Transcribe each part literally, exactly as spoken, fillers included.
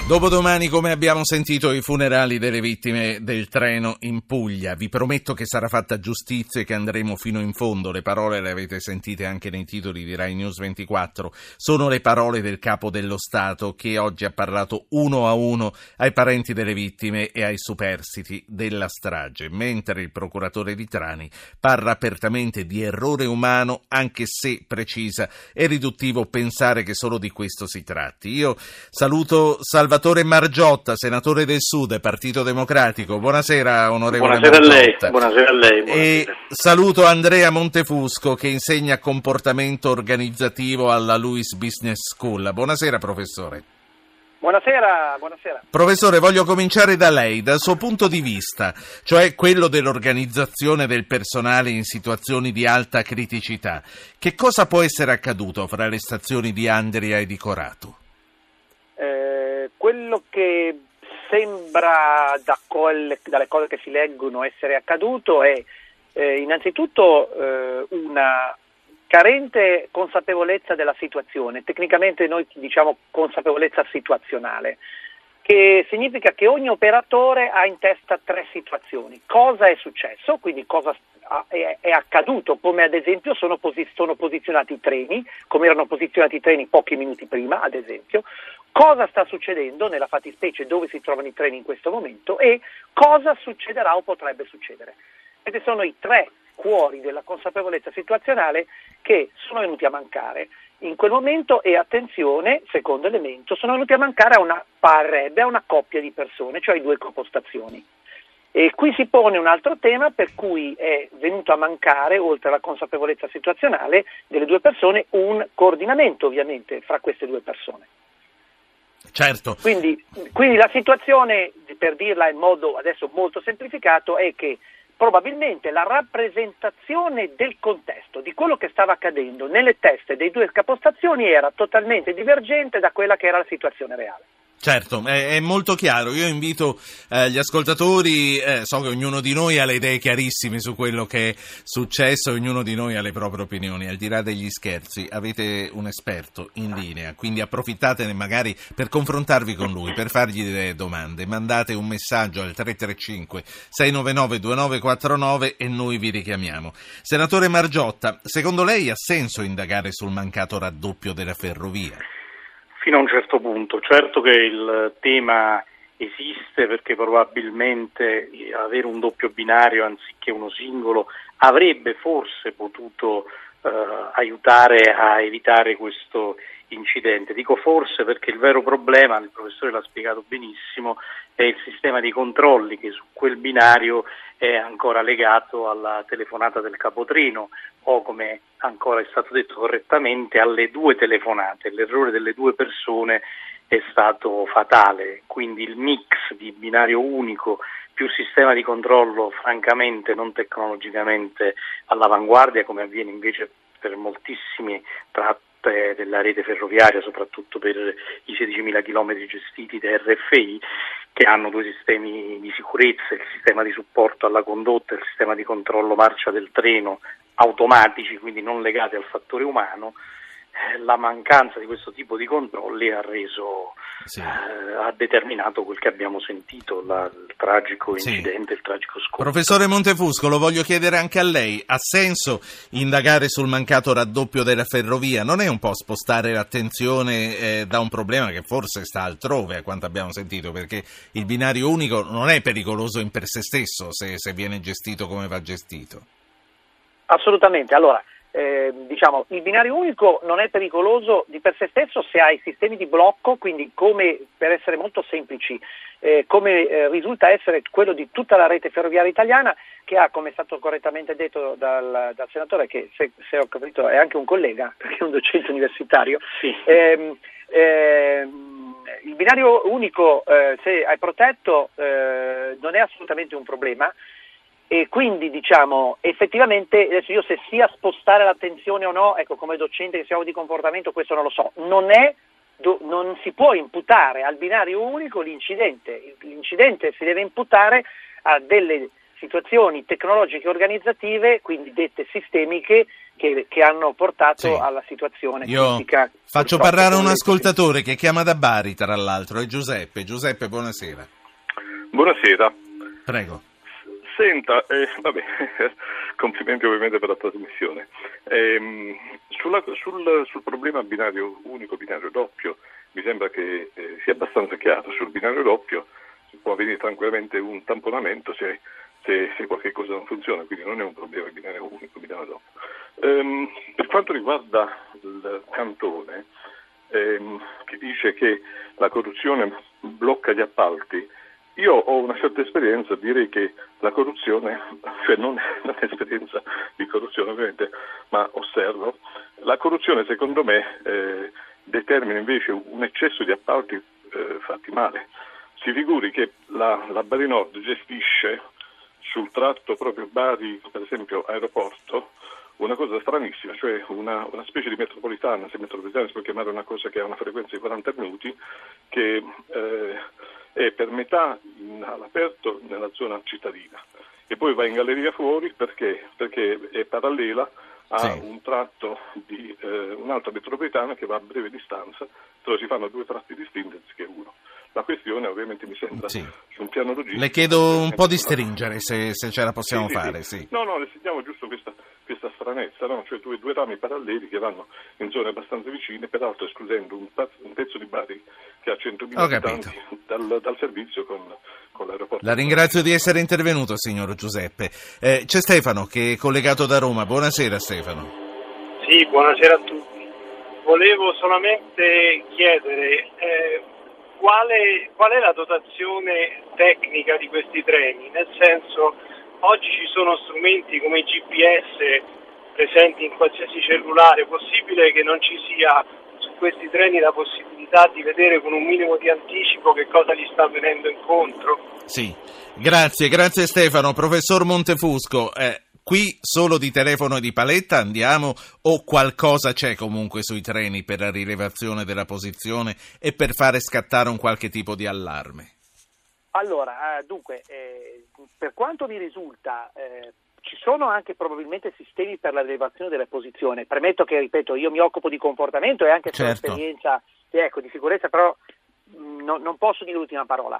Dopodomani, come abbiamo sentito, i funerali delle vittime del treno in Puglia. Vi prometto che sarà fatta giustizia e che andremo fino in fondo. Le parole le avete sentite anche nei titoli di Rai News ventiquattro. Sono le parole del capo dello Stato, che oggi ha parlato uno a uno ai parenti delle vittime e ai superstiti della strage, mentre il procuratore di Trani parla apertamente di errore umano, anche se, precisa, è riduttivo pensare che solo di questo si tratti. Io saluto Salvatore Margiotta, senatore del Sud, Partito Democratico. Buonasera, onorevole Buonasera Margiotta. a lei. Buonasera a lei. Buonasera. E saluto Andrea Montefusco, che insegna comportamento organizzativo alla Luiss Business School. Buonasera, professore. Buonasera, buonasera. Professore, voglio cominciare da lei, dal suo punto di vista, cioè quello dell'organizzazione del personale in situazioni di alta criticità. Che cosa può essere accaduto fra le stazioni di Andria e di Corato? Eh, quello che sembra da quelle, dalle cose che si leggono essere accaduto è eh, innanzitutto eh, una carente consapevolezza della situazione. Tecnicamente noi diciamo consapevolezza situazionale, che significa che ogni operatore ha in testa tre situazioni. Cosa è successo, quindi cosa è, è accaduto, come ad esempio sono, posi- sono posizionati i treni, come erano posizionati i treni pochi minuti prima, ad esempio, cosa sta succedendo nella fattispecie dove si trovano i treni in questo momento e cosa succederà o potrebbe succedere. Questi sono i tre cuori della consapevolezza situazionale che sono venuti a mancare in quel momento e, attenzione, secondo elemento, sono venuti a mancare a una parrebbe a una coppia di persone, cioè due capostazioni. E qui si pone un altro tema per cui è venuto a mancare, oltre alla consapevolezza situazionale delle due persone, un coordinamento ovviamente fra queste due persone. Certo. Quindi, quindi la situazione, per dirla in modo adesso molto semplificato, è che probabilmente la rappresentazione del contesto, di quello che stava accadendo nelle teste dei due capostazioni era totalmente divergente da quella che era la situazione reale. Certo, è, è molto chiaro. Io invito eh, gli ascoltatori, eh, so che ognuno di noi ha le idee chiarissime su quello che è successo, ognuno di noi ha le proprie opinioni, al di là degli scherzi. Avete un esperto in linea, quindi approfittatene magari per confrontarvi con lui, per fargli delle domande. Mandate un messaggio al tre tre cinque sei nove nove due nove quattro nove e noi vi richiamiamo. Senatore Margiotta, secondo lei ha senso indagare sul mancato raddoppio della ferrovia? Fino a un certo punto. Certo che il tema esiste, perché probabilmente avere un doppio binario anziché uno singolo avrebbe forse potuto eh, aiutare a evitare questo incidente. Dico forse perché il vero problema, il professore l'ha spiegato benissimo, è il sistema di controlli che su quel binario è ancora legato alla telefonata del capotreno o, come ancora è stato detto correttamente, alle due telefonate. L'errore delle due persone è stato fatale, quindi il mix di binario unico più sistema di controllo francamente non tecnologicamente all'avanguardia, come avviene invece per moltissimi tratti della rete ferroviaria, soprattutto per i sedicimila chilometri gestiti da R F I, che hanno due sistemi di sicurezza, il sistema di supporto alla condotta e il sistema di controllo marcia del treno automatici, quindi non legati al fattore umano. La mancanza di questo tipo di controlli ha reso, sì. eh, ha determinato quel che abbiamo sentito, la, il tragico incidente, sì. il tragico scontro. Professore Montefusco, lo voglio chiedere anche a lei, ha senso indagare sul mancato raddoppio della ferrovia? Non è un po' spostare l'attenzione eh, da un problema che forse sta altrove, a quanto abbiamo sentito, perché il binario unico non è pericoloso in per sé stesso se, se viene gestito come va gestito? Assolutamente, allora Eh, diciamo, il binario unico non è pericoloso di per sé stesso se ha i sistemi di blocco, quindi come, per essere molto semplici, eh, come eh, risulta essere quello di tutta la rete ferroviaria italiana, che ha, come è stato correttamente detto dal, dal senatore, che se, se ho capito è anche un collega, perché è un docente universitario, sì. eh, eh, il binario unico, eh, se è protetto, eh, non è assolutamente un problema. E quindi diciamo effettivamente adesso io se sia spostare l'attenzione o no, ecco, come docente che siamo di comportamento questo non lo so, non è do, non si può imputare al binario unico l'incidente, l'incidente si deve imputare a delle situazioni tecnologiche organizzative, quindi dette sistemiche, che, che hanno portato sì. alla situazione Io critica. Faccio parlare un ascoltatore che chiama da Bari, tra l'altro, è Giuseppe. Giuseppe, buonasera. Buonasera. Prego. Senta, eh, vabbè, complimenti ovviamente per la trasmissione. Eh, sulla, sul, sul problema binario unico, binario doppio, mi sembra che eh, sia abbastanza chiaro. Sul binario doppio può avvenire tranquillamente un tamponamento se, se, se qualche cosa non funziona, quindi non è un problema il binario unico, binario doppio. Eh, per quanto riguarda il Cantone, ehm, che dice che la corruzione blocca gli appalti, io ho una certa esperienza, direi che la corruzione, cioè non è un'esperienza di corruzione ovviamente, ma osservo, la corruzione secondo me eh, determina invece un eccesso di appalti eh, fatti male. Si figuri che la, la Bari Nord gestisce sul tratto proprio Bari, per esempio aeroporto, una cosa stranissima, cioè una, una specie di metropolitana, se metropolitana si può chiamare una cosa che ha una frequenza di quaranta minuti, che eh, è per metà in, all'aperto nella zona cittadina e poi va in galleria fuori perché, perché è parallela a sì. un tratto di eh, un'altra metropolitana che va a breve distanza, dove si fanno due tratti distinti anziché uno. La questione ovviamente mi sembra sì. su un piano logistico. Le chiedo un po' di stringere se, se ce la possiamo sì, sì, fare. Sì. Sì. No, no, le sentiamo giusto questa, questa stranezza, no? Cioè due, due rami paralleli che vanno in zone abbastanza vicine, peraltro escludendo un, un pezzo di Bari che ha centomila abitanti dal, dal servizio con, con l'aeroporto. La ringrazio di essere intervenuto, signor Giuseppe. Eh, c'è Stefano che è collegato da Roma. Buonasera Stefano. Sì, buonasera a tutti. Volevo solamente chiedere eh, quale, qual è la dotazione tecnica di questi treni, nel senso oggi ci sono strumenti come i G P S presenti in qualsiasi cellulare, possibile che non ci sia su questi treni la possibilità di vedere con un minimo di anticipo che cosa gli sta venendo incontro? Sì, grazie, grazie Stefano. Professor Montefusco, eh, qui solo di telefono e di paletta andiamo o qualcosa c'è comunque sui treni per la rilevazione della posizione e per fare scattare un qualche tipo di allarme? Allora, eh, dunque, eh, per quanto mi risulta, eh, ci sono anche probabilmente sistemi per la rilevazione delle posizioni. Premetto che, ripeto, io mi occupo di comportamento e anche certo. per esperienza ecco, di sicurezza, però mh, no, non posso dire l'ultima parola.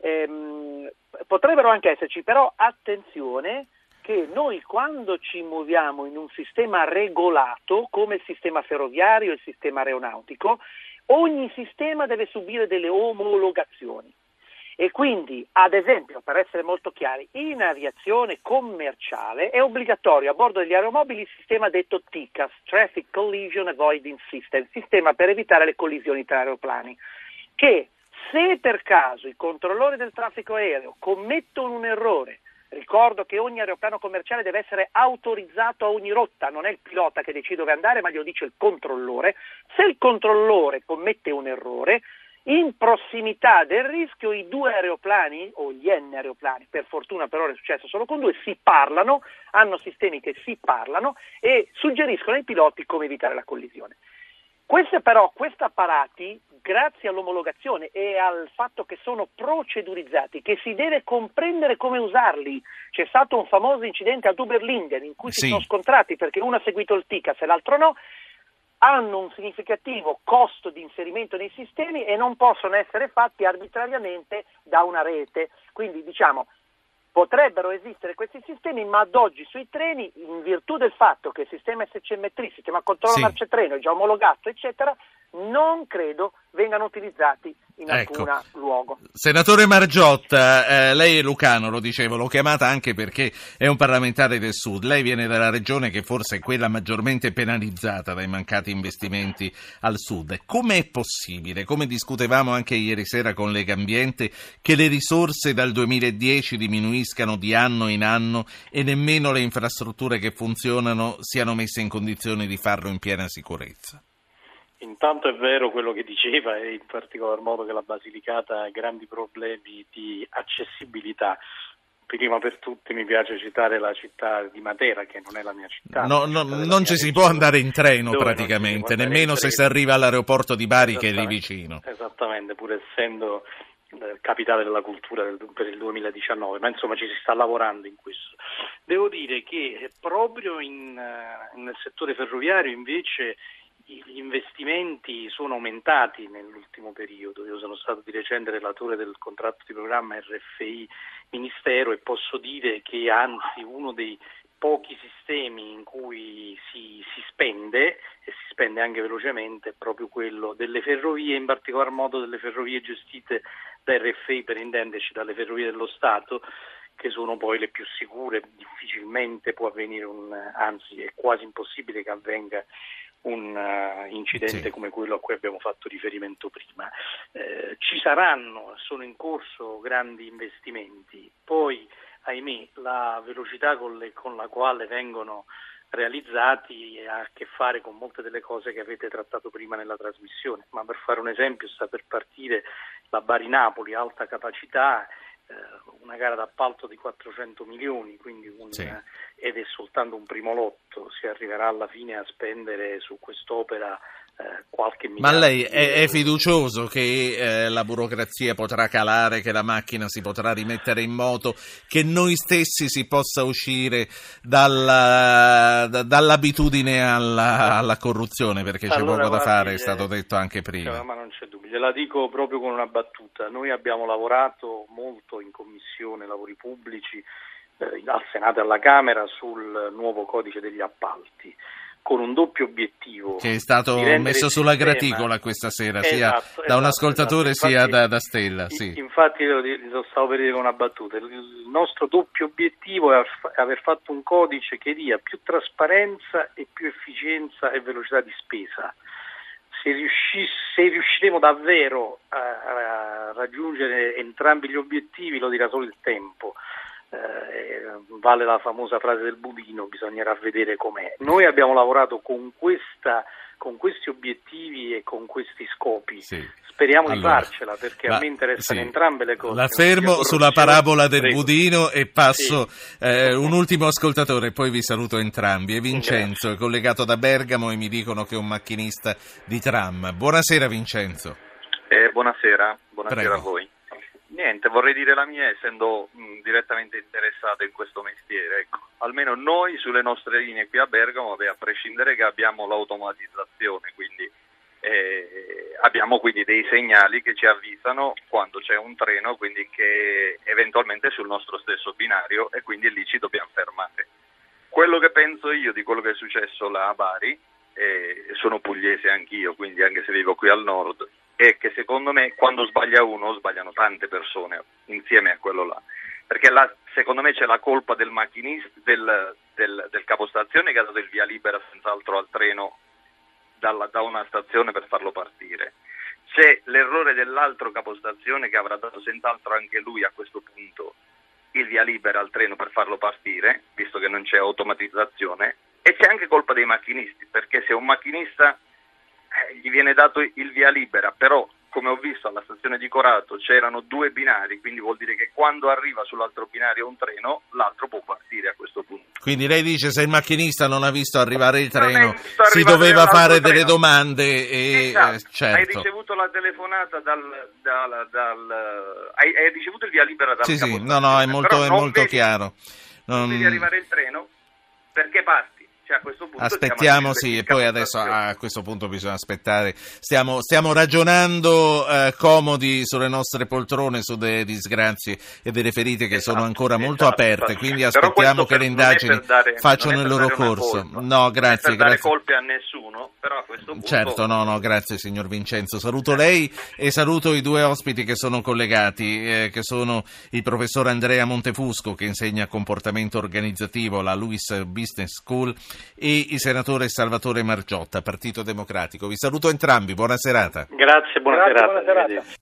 Ehm, potrebbero anche esserci, però attenzione che noi quando ci muoviamo in un sistema regolato, come il sistema ferroviario e il sistema aeronautico, ogni sistema deve subire delle omologazioni. E quindi, ad esempio, per essere molto chiari, in aviazione commerciale è obbligatorio a bordo degli aeromobili il sistema detto T C A S, Traffic Collision Avoidance System, sistema per evitare le collisioni tra aeroplani, che se per caso i controllori del traffico aereo commettono un errore, ricordo che ogni aeroplano commerciale deve essere autorizzato a ogni rotta, non è il pilota che decide dove andare, ma glielo dice il controllore. Se il controllore commette un errore, in prossimità del rischio i due aeroplani, o gli N aeroplani, per fortuna per ora è successo solo con due, si parlano, hanno sistemi che si parlano e suggeriscono ai piloti come evitare la collisione. Queste però, questi apparati, grazie all'omologazione e al fatto che sono procedurizzati, che si deve comprendere come usarli, c'è stato un famoso incidente a Duberlingen in cui sì. si sono scontrati perché uno ha seguito il T C A S e l'altro no, hanno un significativo costo di inserimento nei sistemi e non possono essere fatti arbitrariamente da una rete. Quindi diciamo potrebbero esistere questi sistemi, ma ad oggi sui treni, in virtù del fatto che il sistema S C M tre, il sistema controllo sì. marcia treno è già omologato, eccetera, non credo vengano utilizzati in ecco. alcun luogo. Senatore Margiotta, eh, lei è lucano, lo dicevo, l'ho chiamata anche perché è un parlamentare del Sud. Lei viene dalla regione che forse è quella maggiormente penalizzata dai mancati investimenti al Sud. Com'è possibile, come discutevamo anche ieri sera con Legambiente, che le risorse dal duemiladieci diminuiscano di anno in anno e nemmeno le infrastrutture che funzionano siano messe in condizioni di farlo in piena sicurezza? Intanto è vero quello che diceva e in particolar modo che la Basilicata ha grandi problemi di accessibilità. Prima per tutti mi piace citare la città di Matera, che non è la mia città. No, no, non ci si può andare in treno praticamente, nemmeno se si arriva all'aeroporto di Bari che è lì vicino. Esattamente, pur essendo capitale della cultura del, per il duemiladiciannove, ma insomma ci si sta lavorando in questo. Devo dire che proprio in, nel settore ferroviario invece gli investimenti sono aumentati nell'ultimo periodo. Io sono stato di recente relatore del contratto di programma R F I Ministero e posso dire che anzi uno dei pochi sistemi in cui si, si spende e si spende anche velocemente è proprio quello delle ferrovie, in particolar modo delle ferrovie gestite da R F I, per intenderci dalle ferrovie dello Stato, che sono poi le più sicure. Difficilmente può avvenire un, anzi è quasi impossibile che avvenga un uh, incidente sì. come quello a cui abbiamo fatto riferimento prima. Eh, ci saranno, sono in corso grandi investimenti, poi ahimè la velocità con, le, con la quale vengono realizzati ha a che fare con molte delle cose che avete trattato prima nella trasmissione, ma per fare un esempio sta per partire la Bari-Napoli alta capacità, eh, una gara d'appalto di quattrocento milioni, quindi un, sì. eh, ed è soltanto un primo lotto, si arriverà alla fine a spendere su quest'opera Eh, qualche Ma lei è, è fiducioso che eh, la burocrazia potrà calare, che la macchina si potrà rimettere in moto, che noi stessi si possa uscire dalla, da, dall'abitudine alla, alla corruzione, perché c'è allora, poco da fare, guardi, è stato detto anche prima. Cioè, ma non c'è dubbio, gliela dico proprio con una battuta. Noi abbiamo lavorato molto in Commissione Lavori Pubblici eh, al Senato e alla Camera sul nuovo codice degli appalti, con un doppio obiettivo che è stato messo sulla graticola questa sera, sia esatto, da un ascoltatore esatto. sia infatti, da, da Stella. Sì. Infatti lo, lo stavo per dire con una battuta, il nostro doppio obiettivo è aver fatto un codice che dia più trasparenza e più efficienza e velocità di spesa. Se, riuscis, se riusciremo davvero a, a raggiungere entrambi gli obiettivi lo dirà solo il tempo. Eh, vale la famosa frase del budino, bisognerà vedere com'è. Noi abbiamo lavorato con questa, con questi obiettivi e con questi scopi. Sì. Speriamo allora, di farcela, perché la, a me interessano sì. entrambe le cose. La fermo sulla parabola del Prego. budino e passo sì. eh, un ultimo ascoltatore, poi vi saluto entrambi. È Vincenzo, è collegato da Bergamo e mi dicono che è un macchinista di tram. Buonasera Vincenzo. Eh, buonasera, buonasera Prego. a voi. Niente, vorrei dire la mia essendo mh, direttamente interessato in questo mestiere. Ecco, almeno noi sulle nostre linee qui a Bergamo, beh, a prescindere che abbiamo l'automatizzazione, quindi eh, abbiamo quindi dei segnali che ci avvisano quando c'è un treno, quindi che eventualmente è sul nostro stesso binario e quindi lì ci dobbiamo fermare. Quello che penso io di quello che è successo là a Bari, eh, sono pugliese anch'io, quindi anche se vivo qui al nord, è che secondo me quando sbaglia uno sbagliano tante persone insieme a quello là, perché là, secondo me c'è la colpa del macchinista, del, del, del capostazione che ha dato il via libera senz'altro al treno dalla, da una stazione per farlo partire, c'è l'errore dell'altro capostazione che avrà dato senz'altro anche lui a questo punto il via libera al treno per farlo partire, visto che non c'è automatizzazione, e c'è anche colpa dei macchinisti, perché se un macchinista gli viene dato il via libera, però come ho visto alla stazione di Corato c'erano due binari, quindi vuol dire che quando arriva sull'altro binario un treno, l'altro può partire a questo punto. Quindi lei dice se il macchinista non ha visto arrivare il treno si doveva fare treno. delle domande e esatto. eh, certo. Hai ricevuto la telefonata dal, dal, dal hai, hai ricevuto il via libera dal sì, sì, no, no, è molto, è molto vedi, chiaro. Non, non vedi arrivare il treno perché parti. Cioè, a questo punto aspettiamo, sì, e poi adesso a questo punto bisogna aspettare. Stiamo, stiamo ragionando eh, comodi sulle nostre poltrone su delle disgrazie e delle ferite che esatto, sono ancora molto esatto, aperte, esatto. Quindi aspettiamo che le indagini dare, facciano il loro corso. Colpa. No, grazie, non è per grazie. dare colpe a nessuno, però a questo punto... Certo, no, no, grazie signor Vincenzo. Saluto lei e saluto i due ospiti che sono collegati, eh, che sono il professor Andrea Montefusco, che insegna comportamento organizzativo alla Luis Business School, e il senatore Salvatore Margiotta, Partito Democratico. Vi saluto entrambi, buona serata. Grazie, buona Grazie, serata. Buona serata.